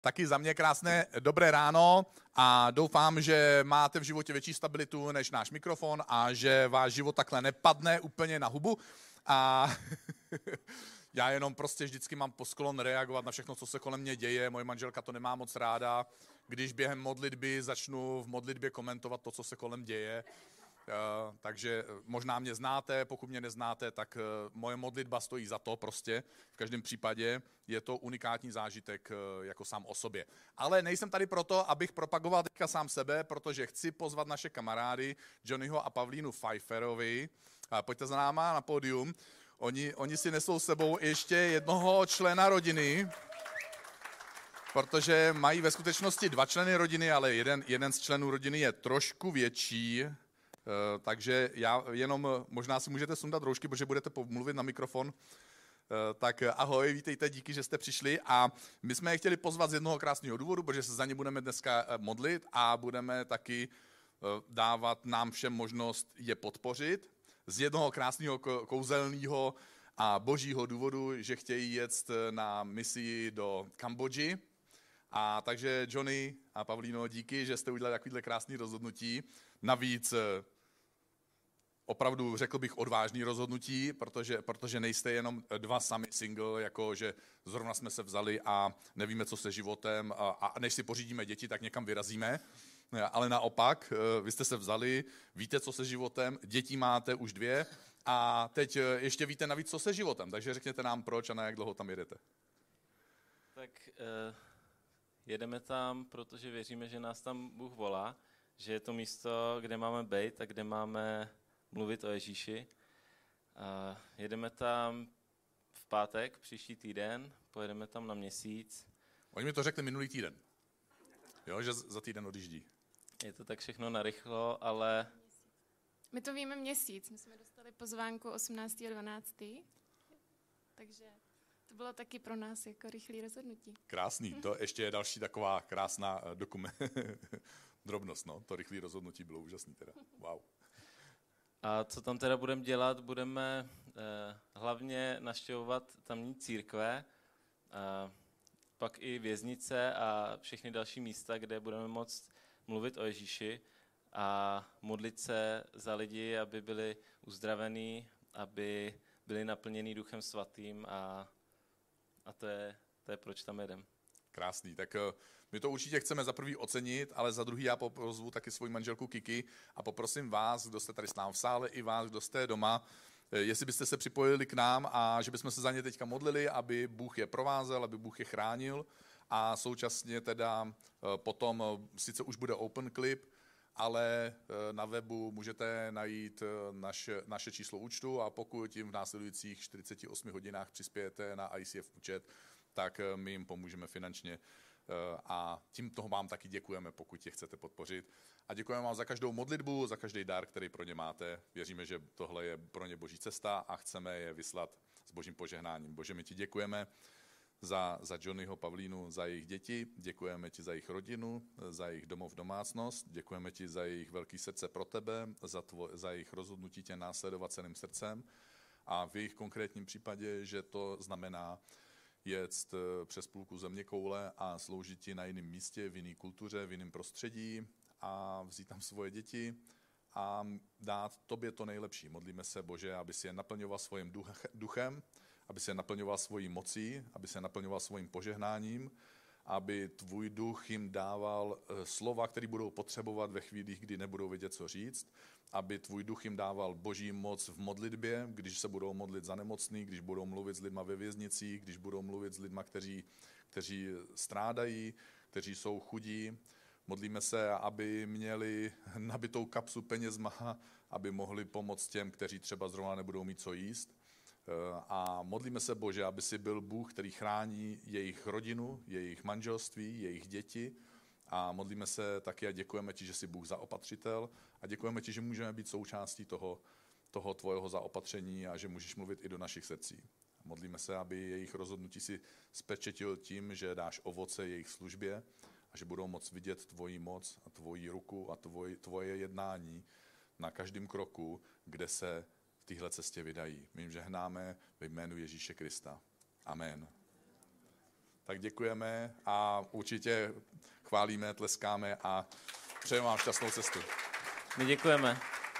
Taky za mě krásné dobré ráno a doufám, že máte v životě větší stabilitu než náš mikrofon a že váš život takhle nepadne úplně na hubu. A já jenom prostě vždycky mám posklon reagovat na všechno, co se kolem mě děje. Moje manželka to nemá moc ráda, když během modlitby začnu v modlitbě komentovat to, co se kolem děje. Takže možná mě znáte, pokud mě neznáte, tak moje modlitba stojí za to prostě. V každém případě je to unikátní zážitek jako sám o sobě. Ale nejsem tady proto, abych propagoval teďka sám sebe, protože chci pozvat naše kamarády Johnnyho a Pavlínu Pfeifferovi. Pojďte za náma na pódium. Oni si nesou s sebou ještě jednoho člena rodiny, protože mají ve skutečnosti 2 členy rodiny, ale jeden z členů rodiny je trošku větší. Takže já jenom, možná si můžete sundat roušky, protože budete mluvit na mikrofon. Tak ahoj, vítejte, díky, že jste přišli. A my jsme je chtěli pozvat z jednoho krásného důvodu, protože se za ně budeme dneska modlit a budeme taky dávat nám všem možnost je podpořit. Z jednoho krásného, kouzelného a božího důvodu, že chtějí jet na misi do Kambodži. A takže Johnny a Pavlíno, díky, že jste udělali takovýhle krásný rozhodnutí. Navíc opravdu řekl bych odvážný rozhodnutí, protože nejste jenom 2 sami single, jako že zrovna jsme se vzali a nevíme, co se životem a než si pořídíme děti, tak někam vyrazíme. Ale naopak, vy jste se vzali, víte, co se životem, děti máte už 2 a teď ještě víte navíc, co se životem. Takže řekněte nám proč a na jak dlouho tam jedete. Tak jedeme tam, protože věříme, že nás tam Bůh volá, že je to místo, kde máme být a kde máme mluvit o Ježíši. Jedeme tam v pátek, příští týden, pojedeme tam na měsíc. Oni mi to řekli minulý týden, jo, že za týden odjíždí. Je to tak všechno narychlo, ale... My to víme měsíc, my jsme dostali pozvánku 18.12., takže to bylo taky pro nás jako rychlé rozhodnutí. Krásný, to ještě je další taková krásná drobnost, no, to rychlé rozhodnutí bylo úžasný teda, wow. A co tam teda budeme dělat? Budeme hlavně navštěvovat tamní církve, pak i věznice a všechny další místa, kde budeme moct mluvit o Ježíši a modlit se za lidi, aby byli uzdravení, aby byli naplněni Duchem Svatým a to je proč tam jedem. Krásný, tak my to určitě chceme za prvý ocenit, ale za druhý já pozvu taky svoji manželku Kiki a poprosím vás, kdo jste tady s námi v sále, i vás, kdo jste doma, jestli byste se připojili k nám a že bychom se za ně teďka modlili, aby Bůh je provázel, aby Bůh je chránil a současně teda potom sice už bude open clip, ale na webu můžete najít naše číslo účtu a pokud jim v následujících 48 hodinách přispějete na ICF účet, tak my jim pomůžeme finančně a tím toho vám taky děkujeme, pokud je chcete podpořit. A děkujeme vám za každou modlitbu, za každý dar, který pro ně máte. Věříme, že tohle je pro ně boží cesta a chceme je vyslat s božím požehnáním. Bože, my ti děkujeme za Johnnyho, Pavlínu, za jejich děti, děkujeme ti za jejich rodinu, za jejich domov, domácnost, děkujeme ti za jejich velký srdce pro tebe, za jejich rozhodnutí tě následovat celým srdcem a v jejich konkrétním případě, že to znamená jet přes půlku zeměkoule a sloužit ti na jiném místě, v jiné kultuře, v jiném prostředí a vzít tam svoje děti a dát tobě to nejlepší. Modlíme se, Bože, aby si je naplňoval svým duchem, aby se je naplňoval svojí mocí, aby se je naplňoval svým požehnáním, aby tvůj duch jim dával slova, které budou potřebovat ve chvílích, kdy nebudou vědět, co říct, aby tvůj duch jim dával boží moc v modlitbě, když se budou modlit za nemocný, když budou mluvit s lidma ve věznicích, když budou mluvit s lidma, kteří strádají, kteří jsou chudí. Modlíme se, aby měli nabitou kapsu penězma, aby mohli pomoct těm, kteří třeba zrovna nebudou mít co jíst. A modlíme se, Bože, aby si byl Bůh, který chrání jejich rodinu, jejich manželství, jejich děti. A modlíme se taky a děkujeme ti, že jsi Bůh zaopatřitel a děkujeme ti, že můžeme být součástí toho tvojeho zaopatření a že můžeš mluvit i do našich srdcí. Modlíme se, aby jejich rozhodnutí si spečetil tím, že dáš ovoce jejich službě a že budou moct vidět tvoji moc a tvoji ruku a tvoje jednání na každém kroku, kde se v téhle cestě vydají. My jim žehnáme ve jménu Ježíše Krista. Amen. Tak děkujeme a určitě chválíme, tleskáme a přejeme vám šťastnou cestu. My děkujeme.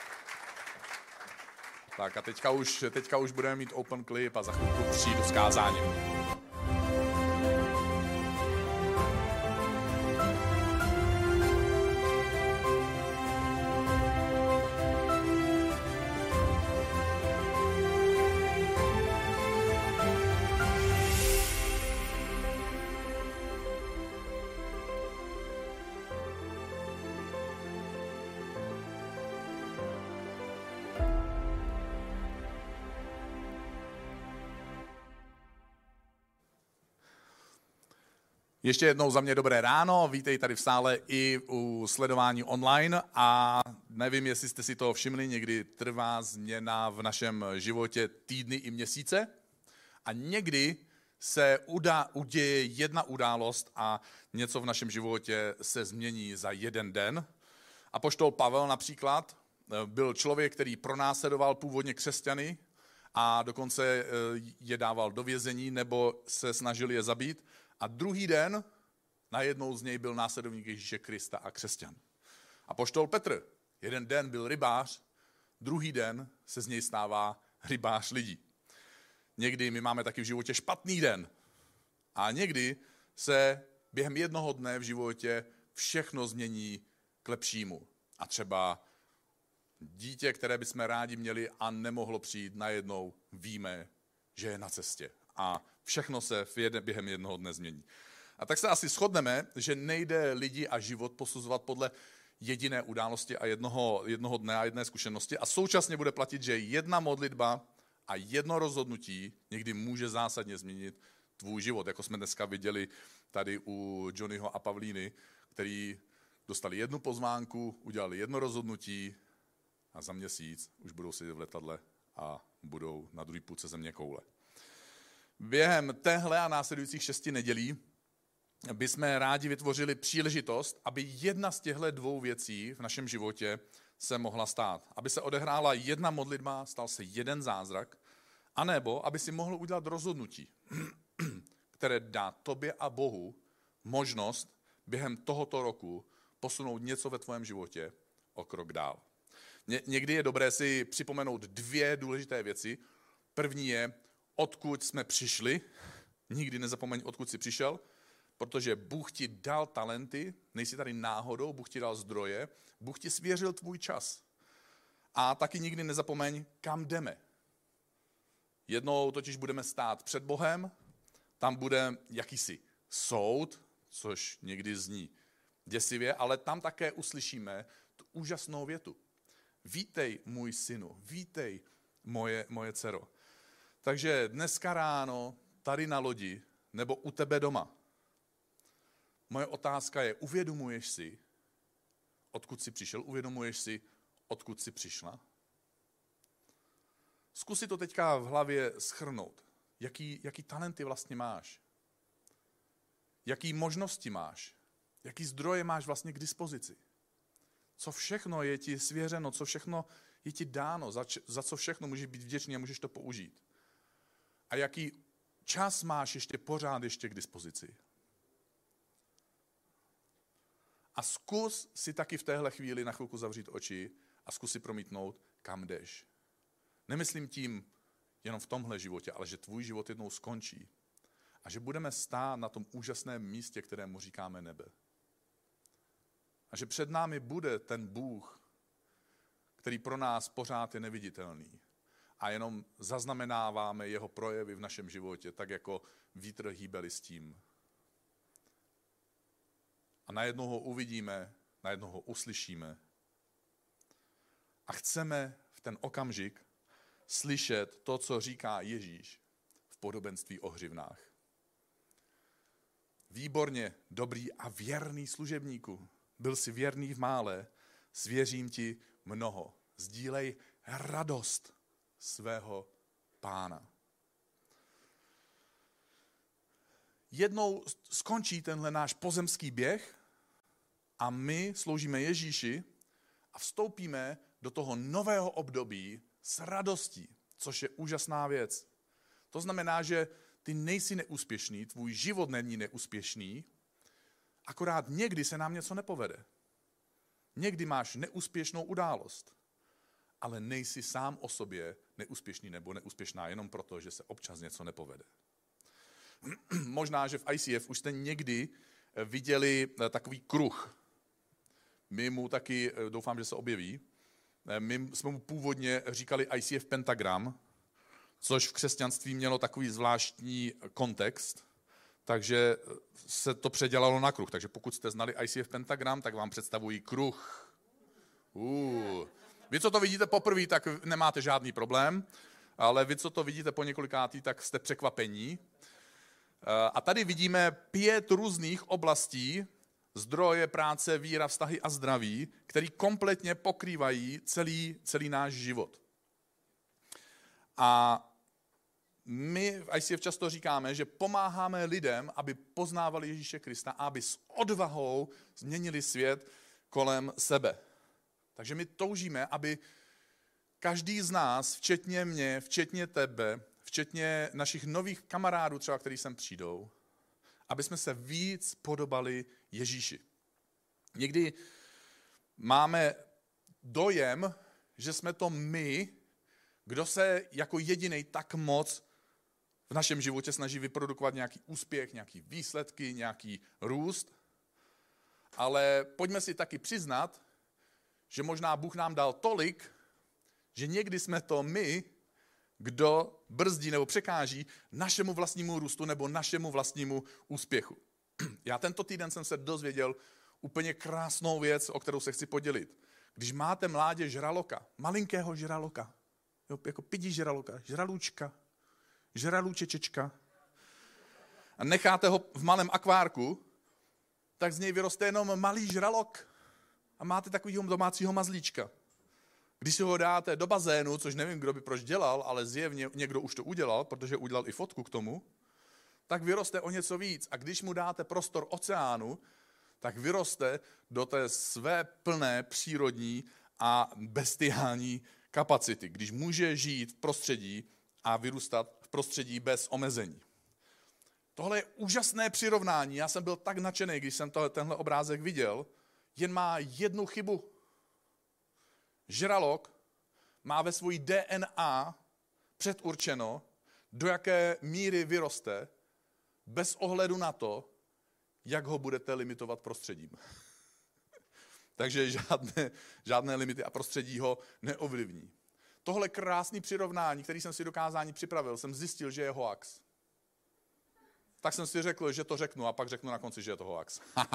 Tak a teďka už budeme mít open clip a za chvilku přijdu s kázáním. Ještě jednou za mě dobré ráno, vítej tady v sále i u sledování online a nevím, jestli jste si toho všimli, někdy trvá změna v našem životě týdny i měsíce a někdy se uděje jedna událost a něco v našem životě se změní za jeden den. Apoštol Pavel například byl člověk, který pronásledoval původně křesťany a dokonce je dával do vězení nebo se snažil je zabít. A druhý den najednou z něj byl následovník Ježíše Krista a křesťan. Apoštol Petr, jeden den byl rybář, druhý den se z něj stává rybář lidí. Někdy my máme taky v životě špatný den a někdy se během jednoho dne v životě všechno změní k lepšímu. A třeba dítě, které bychom rádi měli a nemohlo přijít, najednou víme, že je na cestě. A všechno se během jednoho dne změní. A tak se asi shodneme, že nejde lidi a život posuzovat podle jediné události a jednoho dne a jedné zkušenosti. A současně bude platit, že jedna modlitba a jedno rozhodnutí někdy může zásadně změnit tvůj život. Jako jsme dneska viděli tady u Johnnyho a Pavlíny, který dostali jednu pozvánku, udělali jedno rozhodnutí a za měsíc už budou sedět v letadle a budou na druhé půlce země koule. Během téhle a následujících 6 nedělí bychom rádi vytvořili příležitost, aby jedna z těchto dvou věcí v našem životě se mohla stát. Aby se odehrála jedna modlitba, stal se jeden zázrak, anebo aby si mohl udělat rozhodnutí, které dá tobě a Bohu možnost během tohoto roku posunout něco ve tvém životě o krok dál. Někdy je dobré si připomenout 2 důležité věci. První je, odkud jsme přišli, nikdy nezapomeň, odkud jsi přišel, protože Bůh ti dal talenty, nejsi tady náhodou, Bůh ti dal zdroje, Bůh ti svěřil tvůj čas. A taky nikdy nezapomeň, kam jdeme. Jednou totiž budeme stát před Bohem, tam bude jakýsi soud, což někdy zní děsivě, ale tam také uslyšíme tu úžasnou větu. Vítej, můj synu, vítej, moje dcero. Takže dneska ráno tady na lodi nebo u tebe doma. Moje otázka je, uvědomuješ si, odkud jsi přišel? Uvědomuješ si, odkud jsi přišla? Zkus si to teďka v hlavě shrnout. Jaký talenty vlastně máš? Jaký možnosti máš? Jaký zdroje máš vlastně k dispozici? Co všechno je ti svěřeno, co všechno je ti dáno, za co všechno můžeš být vděčný a můžeš to použít? A jaký čas máš pořád ještě k dispozici? A zkus si taky v téhle chvíli na chvilku zavřít oči a zkus si promítnout, kam jdeš. Nemyslím tím jenom v tomhle životě, ale že tvůj život jednou skončí. A že budeme stát na tom úžasném místě, kterému říkáme nebe. A že před námi bude ten Bůh, který pro nás pořád je neviditelný. A jenom zaznamenáváme jeho projevy v našem životě, tak jako vítr hýbe listím. A najednou ho uvidíme, najednou ho uslyšíme. A chceme v ten okamžik slyšet to, co říká Ježíš v podobenství o hřivnách. Výborně, dobrý a věrný služebníku. Byl jsi věrný v mále, svěřím ti mnoho. Sdílej radost svého Pána. Jednou skončí tenhle náš pozemský běh a my sloužíme Ježíši a vstoupíme do toho nového období s radostí, což je úžasná věc. To znamená, že ty nejsi neúspěšný, tvůj život není neúspěšný, akorát někdy se nám něco nepovede. Někdy máš neúspěšnou událost, ale nejsi sám o sobě neúspěšný nebo neúspěšná jenom proto, že se občas něco nepovede. Možná, že v ICF už jste někdy viděli takový kruh. My mu taky, doufám, že se objeví, my jsme mu původně říkali ICF pentagram, což v křesťanství mělo takový zvláštní kontext, takže se to předělalo na kruh. Takže pokud jste znali ICF pentagram, tak vám představují kruh. Vy, co to vidíte poprvé, tak nemáte žádný problém, ale vy, co to vidíte po několikátý, tak jste překvapení. A tady vidíme 5 různých oblastí, zdroje, práce, víra, vztahy a zdraví, které kompletně pokrývají celý náš život. A my v ICF často říkáme, že pomáháme lidem, aby poznávali Ježíše Krista a aby s odvahou změnili svět kolem sebe. Takže my toužíme, aby každý z nás, včetně mě, včetně tebe, včetně našich nových kamarádů třeba, kteří sem přijdou, aby jsme se víc podobali Ježíši. Někdy máme dojem, že jsme to my, kdo se jako jedinej tak moc v našem životě snaží vyprodukovat nějaký úspěch, nějaký výsledky, nějaký růst. Ale pojďme si taky přiznat, že možná Bůh nám dal tolik, že někdy jsme to my, kdo brzdí nebo překáží našemu vlastnímu růstu nebo našemu vlastnímu úspěchu. Já tento týden jsem se dozvěděl úplně krásnou věc, o kterou se chci podělit. Když máte mládě žraloka, malinkého žraloka, jo, jako pidi žraloka, žralůčka, žralůčečečka, a necháte ho v malém akvárku, tak z něj vyroste jenom malý žralok a máte takovýho domácího mazlíčka. Když si ho dáte do bazénu, což nevím, kdo by proč dělal, ale zjevně někdo už to udělal, protože udělal i fotku k tomu, tak vyroste o něco víc. A když mu dáte prostor oceánu, tak vyroste do té své plné přírodní a bestiální kapacity, když může žít v prostředí a vyrůstat v prostředí bez omezení. Tohle je úžasné přirovnání. Já jsem byl tak nadšený, když jsem tenhle obrázek viděl, jen má jednu chybu. Žralok má ve svojí DNA předurčeno, do jaké míry vyroste, bez ohledu na to, jak ho budete limitovat prostředím. Takže žádné limity a prostředí ho neovlivní. Tohle krásné přirovnání, který jsem si do kázání připravil, jsem zjistil, že je hoax. Tak jsem si řekl, že to řeknu a pak řeknu na konci, že je to hoax.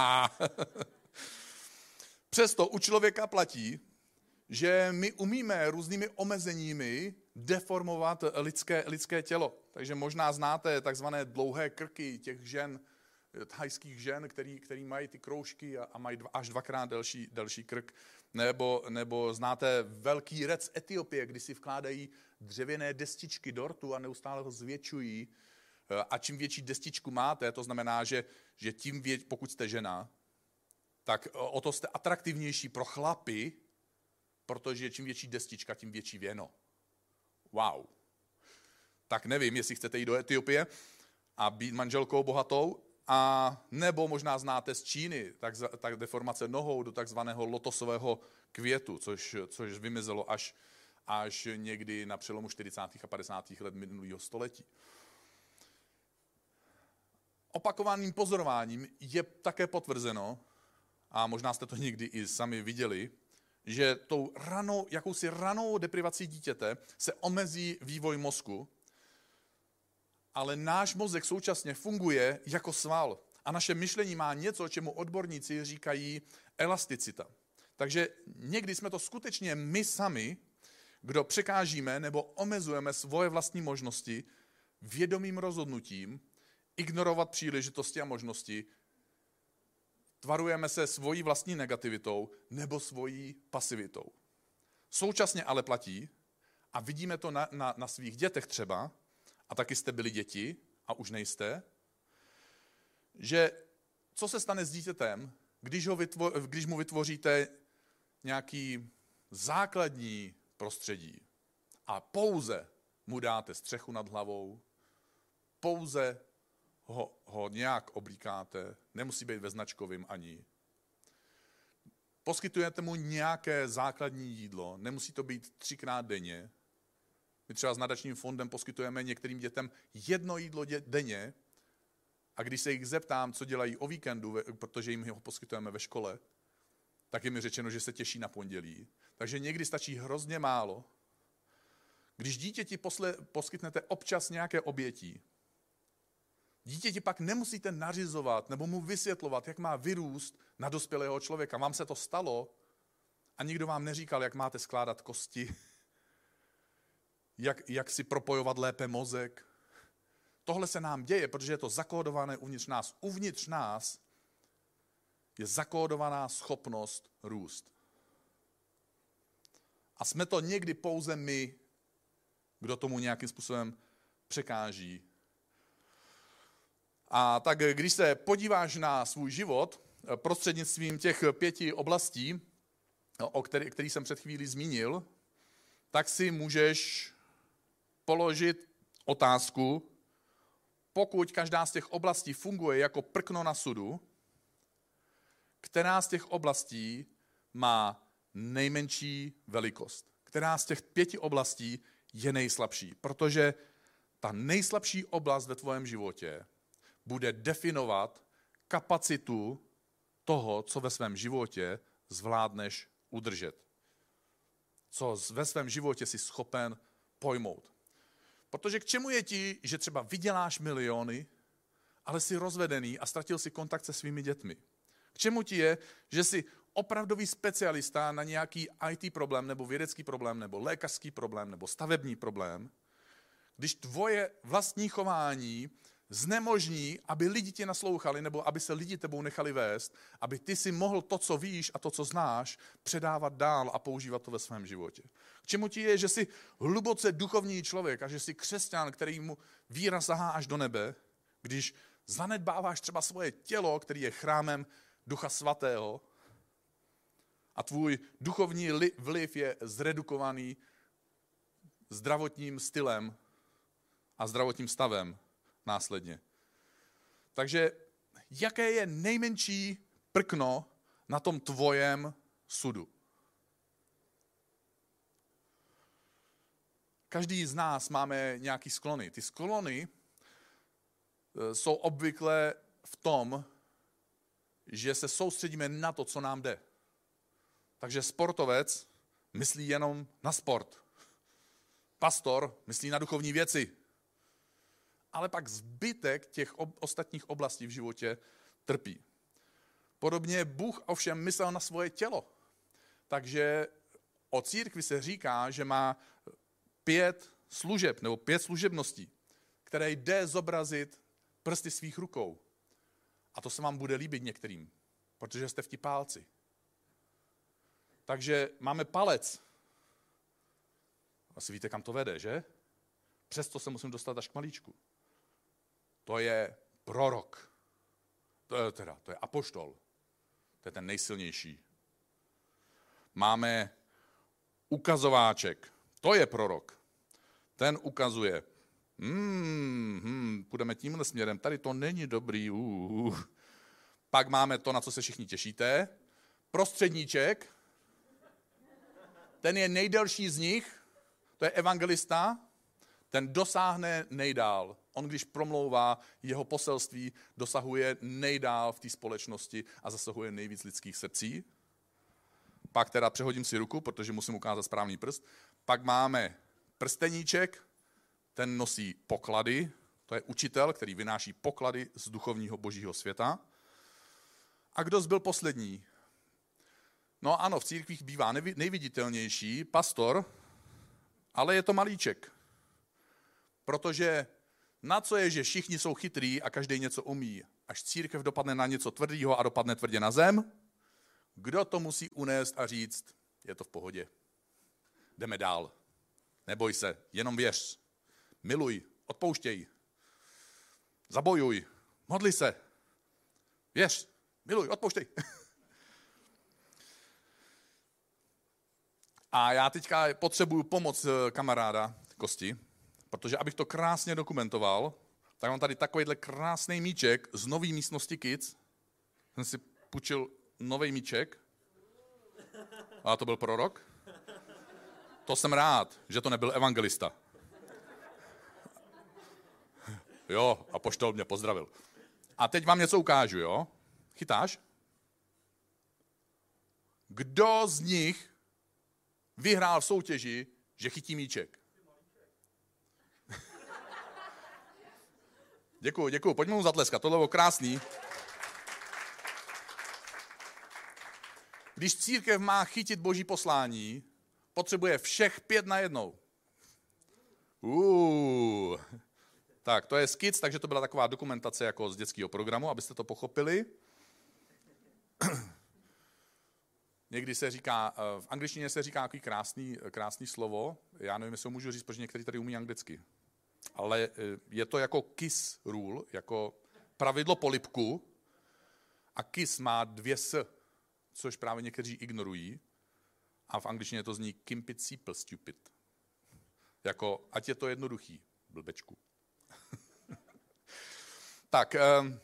Přesto u člověka platí, že my umíme různými omezeními deformovat lidské tělo. Takže možná znáte takzvané dlouhé krky těch žen, thajských žen, který mají ty kroužky a mají až 2x delší krk. Nebo znáte velký rec Etiopie, kdy si vkládají dřevěné destičky do rtu a neustále ho zvětšují. A čím větší destičku máte, to znamená, že tím pokud jste žena, tak o to jste atraktivnější pro chlapy, protože čím větší destička, tím větší věno. Wow. Tak nevím, jestli chcete jít do Etiopie a být manželkou bohatou, a nebo možná znáte z Číny tak deformace nohou do takzvaného lotosového květu, což vymizelo až někdy na přelomu 40. a 50. let minulého století. Opakovaným pozorováním je také potvrzeno, a možná jste to někdy i sami viděli, že tou jakousi ranou deprivací dítěte se omezí vývoj mozku, ale náš mozek současně funguje jako sval. A naše myšlení má něco, čemu odborníci říkají elasticita. Takže někdy jsme to skutečně my sami, kdo překážíme nebo omezujeme svoje vlastní možnosti vědomým rozhodnutím, ignorovat příležitosti a možnosti, tvarujeme se svojí vlastní negativitou nebo svojí pasivitou. Současně ale platí, a vidíme to na svých dětech třeba, a taky jste byli děti a už nejste, že co se stane s dítětem, když mu vytvoříte nějaký základní prostředí a pouze mu dáte střechu nad hlavou, pouze ho nějak oblíkáte, nemusí být ve značkovým ani. Poskytujete mu nějaké základní jídlo, nemusí to být 3krát denně. My třeba s nadačním fondem poskytujeme některým dětem 1 jídlo denně a když se jich zeptám, co dělají o víkendu, protože jim ho poskytujeme ve škole, tak je mi řečeno, že se těší na pondělí. Takže někdy stačí hrozně málo. Když dítěti poskytnete občas nějaké obětí, dítěti pak nemusíte nařizovat nebo mu vysvětlovat, jak má vyrůst na dospělého člověka. Vám se to stalo a nikdo vám neříkal, jak máte skládat kosti, jak si propojovat lépe mozek. Tohle se nám děje, protože je to zakódované uvnitř nás. Uvnitř nás je zakódovaná schopnost růst. A jsme to někdy pouze my, kdo tomu nějakým způsobem překáží. A tak když se podíváš na svůj život prostřednictvím těch 5 oblastí, který jsem před chvílí zmínil, tak si můžeš položit otázku, pokud každá z těch oblastí funguje jako prkno na sudu, která z těch oblastí má nejmenší velikost. Která z těch 5 oblastí je nejslabší. Protože ta nejslabší oblast ve tvém životě bude definovat kapacitu toho, co ve svém životě zvládneš udržet. Co ve svém životě jsi schopen pojmout. Protože k čemu je ti, že třeba vyděláš miliony, ale jsi rozvedený a ztratil si kontakt se svými dětmi? K čemu ti je, že jsi opravdový specialista na nějaký IT problém, nebo vědecký problém, nebo lékařský problém, nebo stavební problém, když tvoje vlastní chování znemožní, aby lidi tě naslouchali, nebo aby se lidi tebou nechali vést, aby ty si mohl to, co víš a to, co znáš, předávat dál a používat to ve svém životě. K čemu ti je, že jsi hluboce duchovní člověk a že jsi křesťan, který mu víra sahá až do nebe, když zanedbáváš třeba svoje tělo, který je chrámem Ducha Svatého a tvůj duchovní vliv je zredukovaný zdravotním stylem a zdravotním stavem následně. Takže jaké je nejmenší prkno na tom tvojem sudu? Každý z nás máme nějaký sklony. Ty sklony jsou obvykle v tom, že se soustředíme na to, co nám jde. Takže sportovec myslí jenom na sport. Pastor myslí na duchovní věci. Ale pak zbytek těch ostatních oblastí v životě trpí. Podobně Bůh ovšem myslel na svoje tělo. Takže o církvi se říká, že má 5 služeb nebo 5 služebností, které jde zobrazit prsty svých rukou. A to se vám bude líbit některým, protože jste vtipálci. Takže máme palec. Asi víte, kam to vede, že? Přesto se musím dostat až k malíčku. To je prorok. To je apoštol. To je ten nejsilnější. Máme ukazováček. To je prorok. Ten ukazuje. Půjdeme tímhle směrem. Tady to není dobrý. Pak máme to, na co se všichni těšíte. Prostředníček. Ten je nejdelší z nich. To je evangelista. Ten dosáhne nejdál. On, když promlouvá, jeho poselství dosahuje nejdál v té společnosti a zasahuje nejvíc lidských srdcí. Pak teda přehodím si ruku, protože musím ukázat správný prst. Pak máme prsteníček, ten nosí poklady. To je učitel, který vynáší poklady z duchovního božího světa. A kdo zbyl poslední? No ano, v církvích bývá nejviditelnější pastor, ale je to malíček. Protože na co je, že všichni jsou chytrý a každý něco umí, až církev dopadne na něco tvrdýho a dopadne tvrdě na zem, kdo to musí unést a říct, je to v pohodě. Jdeme dál. Neboj se, jenom věř. Miluj, odpouštěj. Zabojuj, modli se. Věř, miluj, odpouštěj. A já teďka potřebuju pomoc kamaráda Kosti, protože abych to krásně dokumentoval, Tak mám tady takovýhle krásný míček z nový místnosti Kids. Jsem si půjčil nový míček. A to byl prorok. To jsem rád, že to nebyl evangelista. Jo, apoštol mě pozdravil. A teď vám něco ukážu, jo? Chytáš? Kdo z nich vyhrál v soutěži, že chytí míček? Děkuju. Pojďme mu zatleskat, tohle bylo krásný. Když církev má chytit boží poslání, potřebuje všech 5 najednou. Tak, to je skic, takže to byla taková dokumentace jako z dětského programu, abyste to pochopili. Někdy se říká, v angličtině se říká takový krásný slovo, já nevím, jestli ho můžu říct, protože někteří tady umí anglicky. Ale je to jako kiss rule, jako pravidlo polibku a kiss má 2 s, což právě někteří ignorují a v angličtině to zní keep it simple, stupid. Jako, ať je to jednoduchý, blbečku. Tak,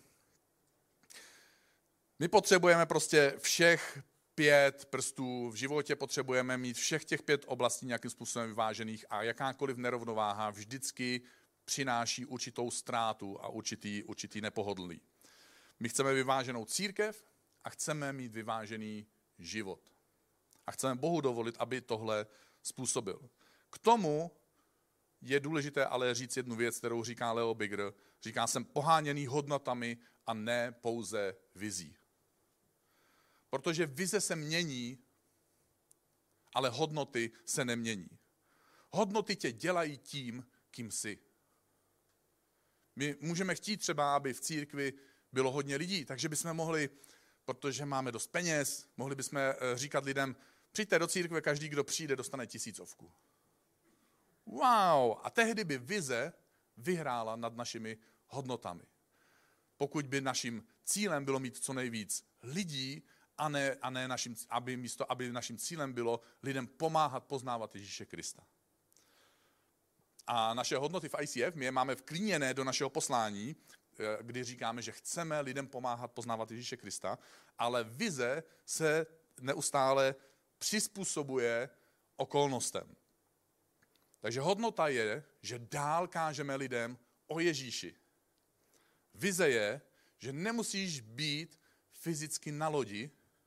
my potřebujeme prostě všech 5 prstů v životě, potřebujeme mít všech těch 5 oblastí nějakým způsobem vyvážených a jakákoliv nerovnováha vždycky přináší určitou ztrátu a určitý nepohodlný. My chceme vyváženou církev a chceme mít vyvážený život. A chceme Bohu dovolit, aby tohle způsobil. K tomu je důležité ale říct jednu věc, kterou říká Leo Bigger. Říká, jsem poháněný hodnotami a ne pouze vizí. Protože vize se mění, ale hodnoty se nemění. Hodnoty tě dělají tím, kým jsi. My můžeme chtít třeba, aby v církvi bylo hodně lidí, takže bychom mohli, protože máme dost peněz, mohli bychom říkat lidem, přijďte do církve, každý, kdo přijde, dostane 1000. Wow! A tehdy by vize vyhrála nad našimi hodnotami. Pokud by naším cílem bylo mít co nejvíc lidí, aby naším cílem bylo lidem pomáhat poznávat Ježíše Krista. A naše hodnoty v ICF, my je máme vklíněné do našeho poslání, kdy říkáme, že chceme lidem pomáhat poznávat Ježíše Krista, ale vize se neustále přizpůsobuje okolnostem. Takže hodnota je, že dál kážeme lidem o Ježíši. Vize je, že nemusíš být fyzicky na lodi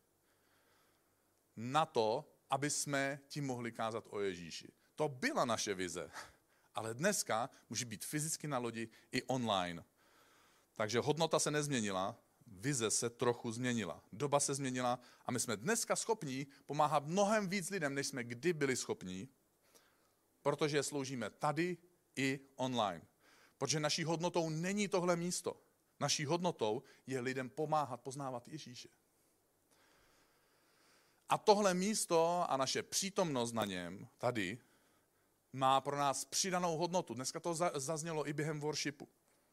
na to, aby jsme ti mohli kázat o Ježíši. To byla naše vize, ale dneska může být fyzicky na lodi i online. Takže hodnota se nezměnila, vize se trochu změnila. Doba se změnila a my jsme dneska schopní pomáhat mnohem víc lidem, než jsme kdy byli schopní, protože sloužíme tady i online. Protože naší hodnotou není tohle místo. Naší hodnotou je lidem pomáhat poznávat Ježíše. A tohle místo a naše přítomnost na něm tady má pro nás přidanou hodnotu. Dneska to zaznělo i během worshipu.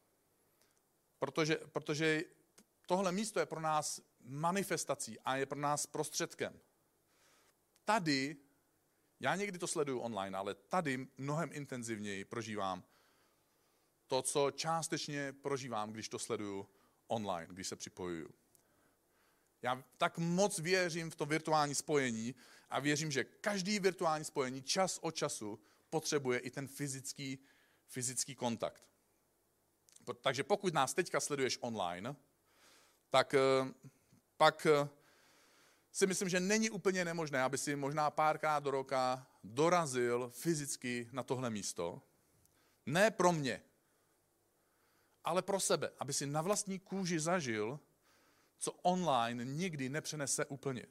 Protože tohle místo je pro nás manifestací a je pro nás prostředkem. Tady, já někdy to sleduju online, ale tady mnohem intenzivněji prožívám to, co částečně prožívám, když to sleduju online, když se připojuju. Já tak moc věřím v to virtuální spojení a věřím, že každý virtuální spojení čas od času potřebuje i ten fyzický kontakt. Takže pokud nás teďka sleduješ online, tak pak si myslím, že není úplně nemožné, aby si možná párkrát do roka dorazil fyzicky na tohle místo. Ne pro mě, ale pro sebe, aby si na vlastní kůži zažil, co online nikdy nepřenese úplně.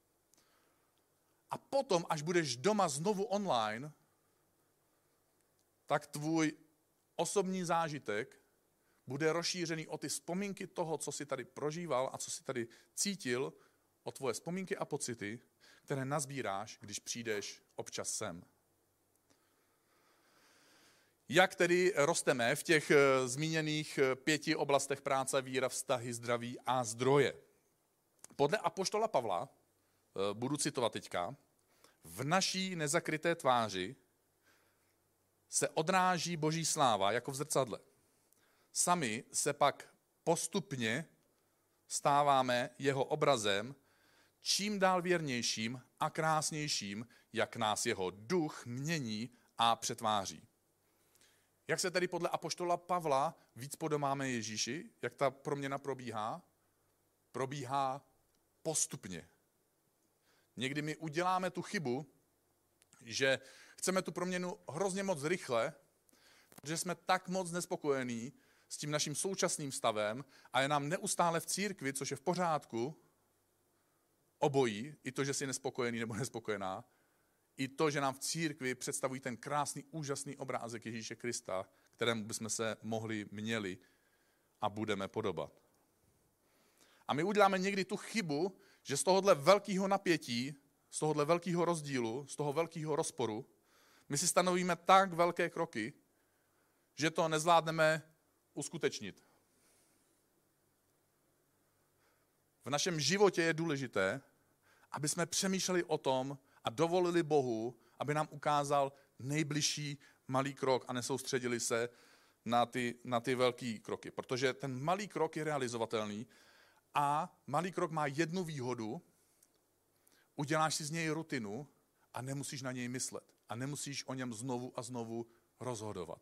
A potom, až budeš doma znovu online, tak tvůj osobní zážitek bude rozšířený o ty vzpomínky toho, co jsi tady prožíval a co jsi tady cítil, o tvoje vzpomínky a pocity, které nazbíráš, když přijdeš občas sem. Jak tedy rosteme v těch zmíněných 5 oblastech práce, víra, vztahy, zdraví a zdroje? Podle apoštola Pavla, budu citovat teďka, v naší nezakryté tváři se odráží boží sláva jako v zrcadle. sami se pak postupně stáváme jeho obrazem, čím dál věrnějším a krásnějším, jak nás jeho duch mění a přetváří. Jak se tedy podle apoštola Pavla víc podobáme Ježíši? Jak ta proměna probíhá? Probíhá postupně. Někdy my uděláme tu chybu, že chceme tu proměnu hrozně moc rychle, protože jsme tak moc nespokojení s tím naším současným stavem a je nám neustále v církvi, což je v pořádku, obojí, i to, že jsi nespokojený nebo nespokojená, i to, že nám v církvi představují ten krásný, úžasný obrázek Ježíše Krista, kterému bychom se měli a budeme podobat. A my uděláme někdy tu chybu, že z tohohle velkého napětí, z tohohle velkého rozdílu, z toho velkého rozporu, my si stanovíme tak velké kroky, že to nezvládneme uskutečnit. V našem životě je důležité, aby jsme přemýšleli o tom a dovolili Bohu, aby nám ukázal nejbližší malý krok a nesoustředili se na ty velký kroky. Protože ten malý krok je realizovatelný a malý krok má jednu výhodu, uděláš si z něj rutinu a nemusíš na něj myslet. A nemusíš o něm znovu a znovu rozhodovat.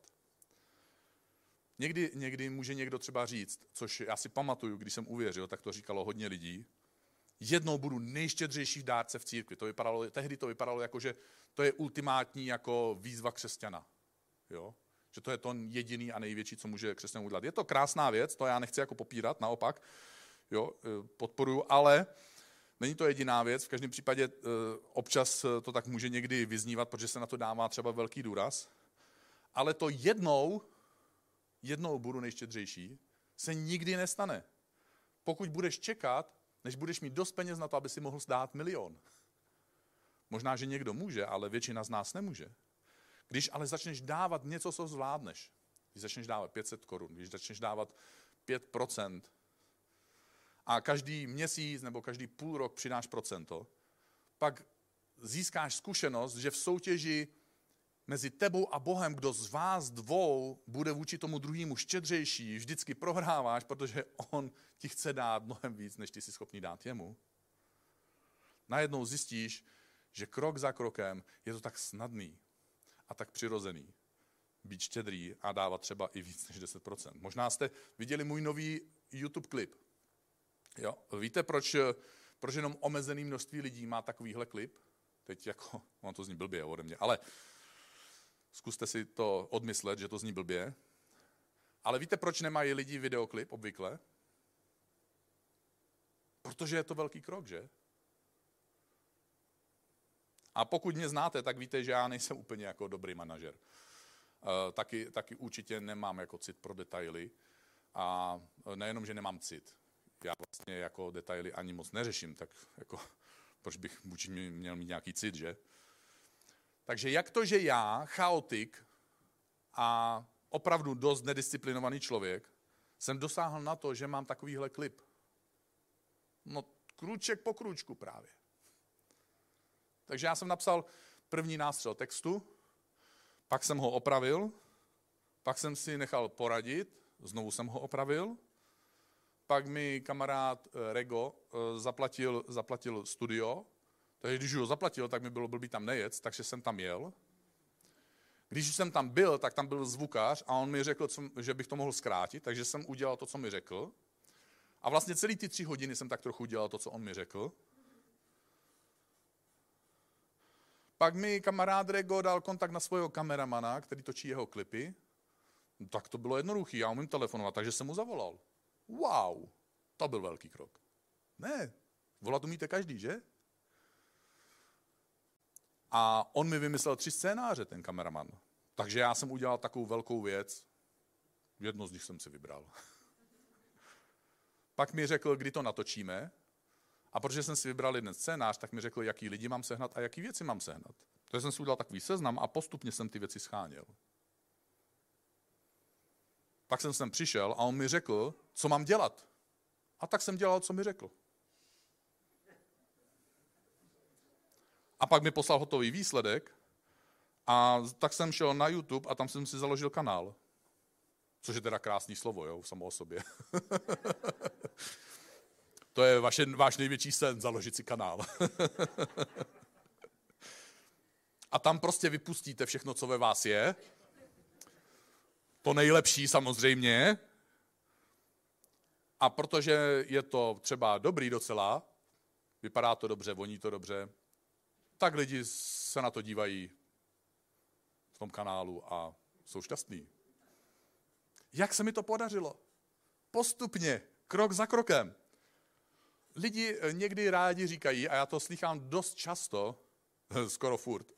Někdy může někdo třeba říct, což já si pamatuju, když jsem uvěřil, tak to říkalo hodně lidí, jednou budu nejštědřejší dárce v církvi. Tehdy to vypadalo jako, že to je ultimátní jako výzva křesťana. Jo? Že to je to jediný a největší, co může křesťan udělat. Je to krásná věc, to já nechci jako popírat, naopak, jo, podporuju, ale není to jediná věc. V každém případě občas to tak může někdy vyznívat, protože se na to dává třeba velký důraz. Ale to jednou budu nejštědřejší, se nikdy nestane. Pokud budeš čekat, než budeš mít dost peněz na to, aby si mohl dát 1 000 000. Možná, že někdo může, ale většina z nás nemůže. Když ale začneš dávat něco, co zvládneš, když začneš dávat 500 korun, když začneš dávat 5% a každý měsíc nebo každý půl rok přidáš procento, pak získáš zkušenost, že v soutěži mezi tebou a Bohem, kdo z vás dvou bude vůči tomu druhému štědřejší, vždycky prohráváš, protože on ti chce dát mnohem víc, než ty jsi schopný dát jemu. Najednou zjistíš, že krok za krokem je to tak snadný a tak přirozený. Být štědrý a dávat třeba i víc než 10%. Možná jste viděli můj nový YouTube klip. Jo? Víte, proč jenom omezený množství lidí má takovýhle klip? Teď jako, on to zní blbě ode mě, ale zkuste si to odmyslet, že to zní blbě. Ale víte, proč nemají lidi videoklip obvykle? Protože je to velký krok, že? A pokud mě znáte, tak víte, že já nejsem úplně jako dobrý manažer. Taky určitě nemám jako cit pro detaily. A nejenom, že nemám cit. Já vlastně jako detaily ani moc neřeším, tak jako, proč bych měl mít nějaký cit, že? Takže jak to, že já, chaotik a opravdu dost nedisciplinovaný člověk, jsem dosáhl na to, že mám takovýhle klip. No, krůček po krůčku právě. Takže já jsem napsal první nástřel textu, pak jsem ho opravil, pak jsem si nechal poradit, znovu jsem ho opravil, pak mi kamarád Rego zaplatil studio, takže když ho zaplatil, tak mi bylo blbý tam nejet, takže jsem tam jel. Když jsem tam byl, tak tam byl zvukař a on mi řekl, že bych to mohl zkrátit, takže jsem udělal to, co mi řekl. A vlastně celý ty 3 hodiny jsem tak trochu dělal to, co on mi řekl. Pak mi kamarád Rego dal kontakt na svého kameramana, který točí jeho klipy. No, tak to bylo jednoduché, já umím telefonovat, takže jsem mu zavolal. Wow, to byl velký krok. Ne, volat umíte každý, že? A on mi vymyslel 3 scénáře, ten kameraman. Takže já jsem udělal takovou velkou věc. Jedno z nich jsem si vybral. Pak mi řekl, kdy to natočíme. A protože jsem si vybral jeden scénář, tak mi řekl, jaký lidi mám sehnat a jaký věci mám sehnat. Takže jsem si udělal takový seznam a postupně jsem ty věci scháněl. Pak jsem sem přišel a on mi řekl, co mám dělat. A tak jsem dělal, co mi řekl. A pak mi poslal hotový výsledek a tak jsem šel na YouTube a tam jsem si založil kanál. Což je teda krásný slovo, jo, samo o sobě. To je váš největší sen, založit si kanál. A tam prostě vypustíte všechno, co ve vás je. To nejlepší samozřejmě. A protože je to třeba dobrý docela, vypadá to dobře, voní to dobře, tak lidi se na to dívají v tom kanálu a jsou šťastní. Jak se mi to podařilo? Postupně, krok za krokem. Lidi někdy rádi říkají, a já to slychám dost často, skoro furt,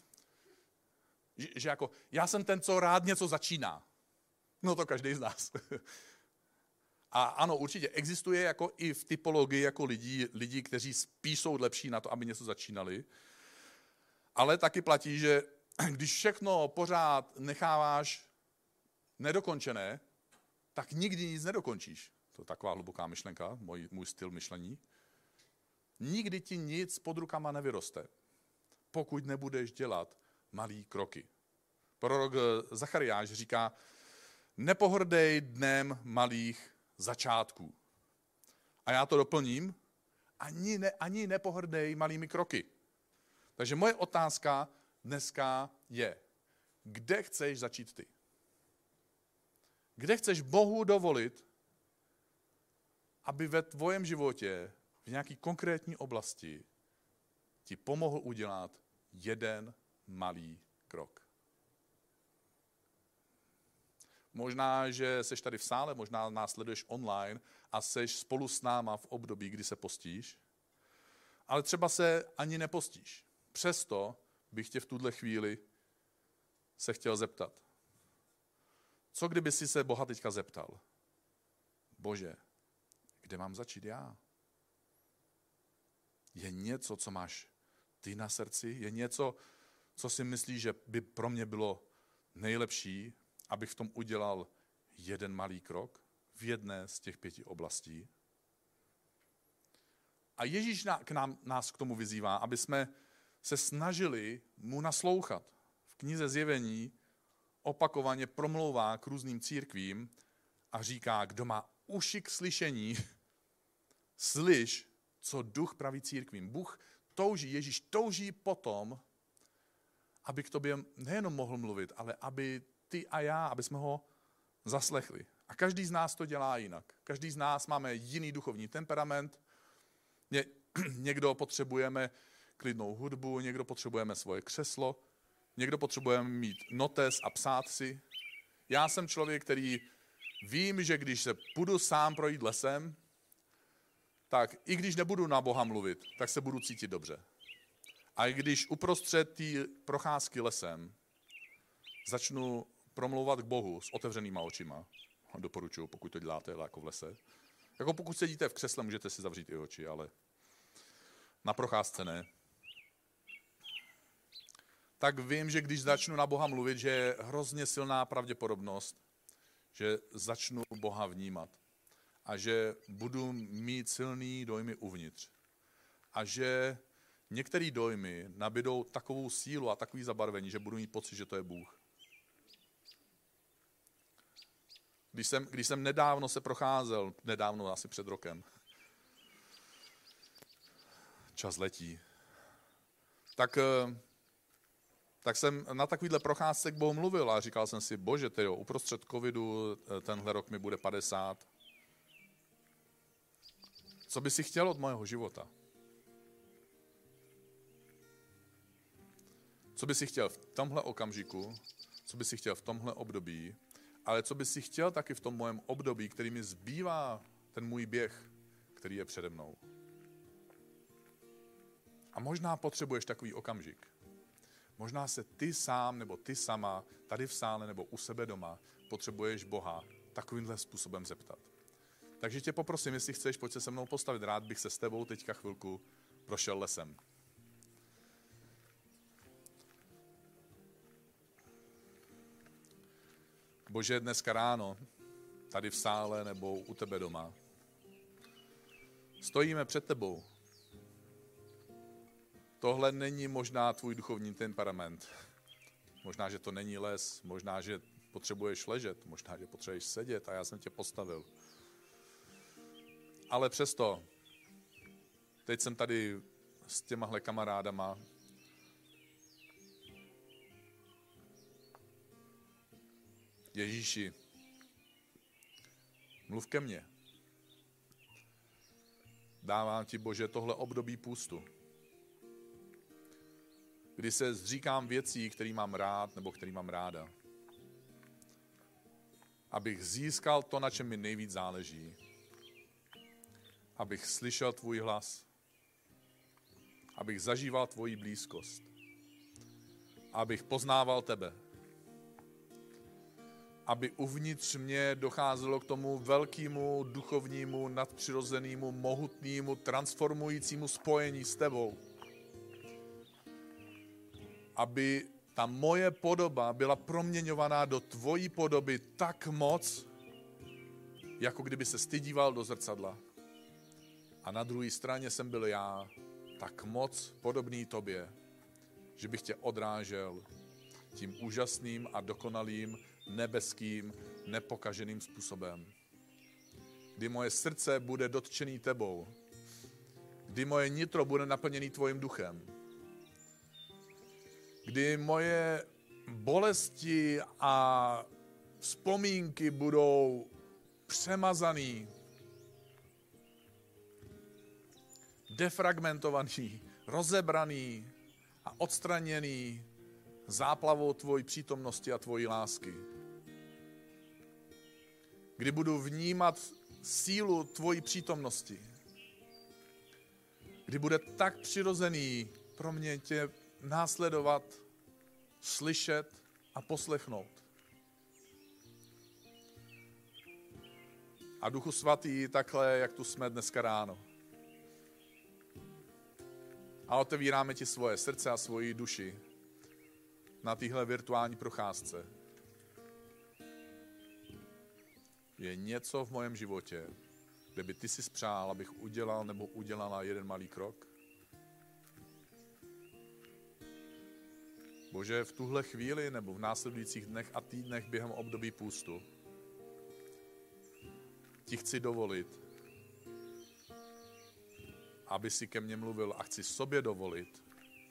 že jako já jsem ten, co rád něco začíná. No to každý z nás. A ano, určitě existuje jako i v typologii jako lidí, kteří spíš jsou lepší na to, aby něco začínali. Ale taky platí, že když všechno pořád necháváš nedokončené, tak nikdy nic nedokončíš. To je taková hluboká myšlenka, můj styl myšlení. Nikdy ti nic pod rukama nevyroste, pokud nebudeš dělat malý kroky. Prorok Zachariáš říká, nepohrdej dnem malých začátků. A já to doplním, ani nepohrdej malými kroky. Takže moje otázka dneska je, kde chceš začít ty? Kde chceš Bohu dovolit, aby ve tvém životě v nějaké konkrétní oblasti ti pomohl udělat jeden malý krok? Možná, že seš tady v sále, možná nás sleduješ online a seš spolu s náma v období, kdy se postíš, ale třeba se ani nepostíš. Přesto bych tě v tuhle chvíli se chtěl zeptat. Co kdyby si se Boha teďka zeptal? Bože, kde mám začít já? Je něco, co máš ty na srdci? Je něco, co si myslíš, že by pro mě bylo nejlepší, abych v tom udělal jeden malý krok v jedné z těch 5 oblastí? A Ježíš nás k tomu vyzývá, aby jsme se snažili mu naslouchat. V knize Zjevení opakovaně promlouvá k různým církvím a říká, kdo má uši k slyšení, slyš, co duch praví církvím. Bůh touží, Ježíš touží potom, aby k tobě nejenom mohl mluvit, ale aby ty a já, aby jsme ho zaslechli. A každý z nás to dělá jinak. Každý z nás máme jiný duchovní temperament. Někdo potřebujeme klidnou hudbu, někdo potřebujeme svoje křeslo, někdo potřebujeme mít notes a psát si. Já jsem člověk, který vím, že když se půjdu sám projít lesem, tak i když nebudu na Boha mluvit, tak se budu cítit dobře. A i když uprostřed té procházky lesem začnu promlouvat k Bohu s otevřenýma očima, doporučuji, pokud to děláte jako v lese. Jako pokud sedíte v křesle, můžete si zavřít i oči, ale na procházce ne. Tak vím, že když začnu na Boha mluvit, že je hrozně silná pravděpodobnost, že začnu Boha vnímat. A že budu mít silný dojmy uvnitř. A že některé dojmy nabídou takovou sílu a takový zabarvení, že budu mít pocit, že to je Bůh. Když jsem nedávno se procházel, asi před rokem, čas letí, tak jsem na takovýhle procházce k Bohu mluvil a říkal jsem si, Bože, tyjo, uprostřed covidu tenhle rok mi bude 50. Co by si chtěl od mého života? Co by si chtěl v tomhle okamžiku, co by si chtěl v tomhle období, ale co by si chtěl taky v tom mojem období, který mi zbývá ten můj běh, který je přede mnou. A možná potřebuješ takový okamžik. Možná se ty sám nebo ty sama tady v sále nebo u sebe doma potřebuješ Boha takovýmhle způsobem zeptat. Takže tě poprosím, jestli chceš, pojď se se mnou postavit. Rád bych se s tebou teďka chvilku prošel lesem. Bože, dneska ráno, tady v sále nebo u tebe doma, stojíme před tebou. Tohle není možná tvůj duchovní temperament. Možná, že to není les, možná, že potřebuješ ležet, možná, že potřebuješ sedět a já jsem tě postavil. Ale přesto, teď jsem tady s těmahle kamarádama. Ježíši, mluv ke mně. Dávám ti, Bože, tohle období půstu, kdy se zříkám věcí, který mám rád nebo který mám ráda. Abych získal to, na čem mi nejvíc záleží. Abych slyšel tvůj hlas. Abych zažíval tvoji blízkost. Abych poznával tebe. Aby uvnitř mě docházelo k tomu velkému, duchovnímu, nadpřirozenému, mohutnému, transformujícímu spojení s tebou. Aby ta moje podoba byla proměňovaná do tvojí podoby tak moc, jako kdyby se ty díval do zrcadla. A na druhé straně jsem byl já tak moc podobný tobě, že bych tě odrážel tím úžasným a dokonalým, nebeským, nepokaženým způsobem. Kdy moje srdce bude dotčený tebou. Kdy moje nitro bude naplněný tvojím duchem. Kdy moje bolesti a vzpomínky budou přemazaný, defragmentovaný, rozebraný a odstraněný záplavou tvojí přítomnosti a tvojí lásky. Kdy budu vnímat sílu tvojí přítomnosti. Kdy bude tak přirozený pro mě tě následovat, slyšet a poslechnout. A Duchu Svatý, takhle, jak tu jsme dneska ráno. A otevíráme ti svoje srdce a svoji duši na téhle virtuální procházce. Je něco v mém životě, kde by ty si spřál, abych udělal nebo udělala jeden malý krok? Bože, v tuhle chvíli nebo v následujících dnech a týdnech během období půstu ti chci dovolit, aby si ke mně mluvil a chci sobě dovolit,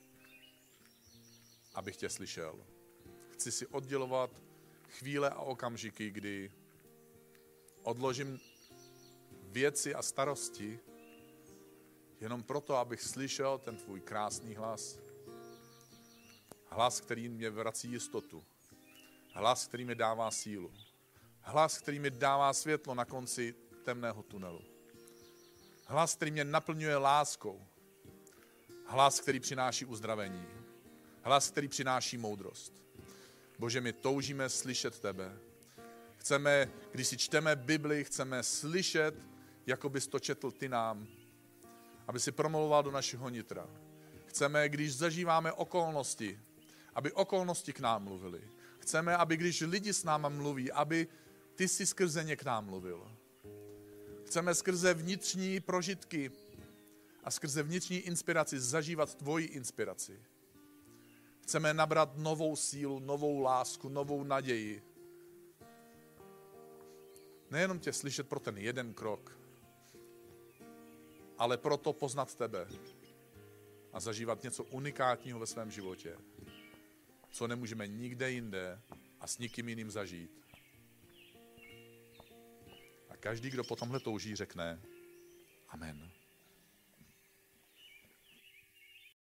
abych tě slyšel. Chci si oddělovat chvíle a okamžiky, kdy odložím věci a starosti jenom proto, abych slyšel ten tvůj krásný hlas. Hlas, který mě vrací jistotu. Hlas, který mi dává sílu. Hlas, který mi dává světlo na konci temného tunelu. Hlas, který mě naplňuje láskou. Hlas, který přináší uzdravení. Hlas, který přináší moudrost. Bože, my toužíme slyšet tebe. Chceme, když si čteme Bibli, chceme slyšet, jako bys to četl ty nám. Aby si promlouval do našeho nitra. Chceme, když zažíváme okolnosti, aby okolnosti k nám mluvily. Chceme, aby když lidi s náma mluví, aby ty si skrze ně k nám mluvil. Chceme skrze vnitřní prožitky a skrze vnitřní inspiraci zažívat tvoji inspiraci. Chceme nabrat novou sílu, novou lásku, novou naději. Nejenom tě slyšet pro ten jeden krok, ale proto poznat tebe a zažívat něco unikátního ve svém životě, co nemůžeme nikde jinde a s nikým jiným zažít. A každý, kdo po tomhle touží, řekne amen.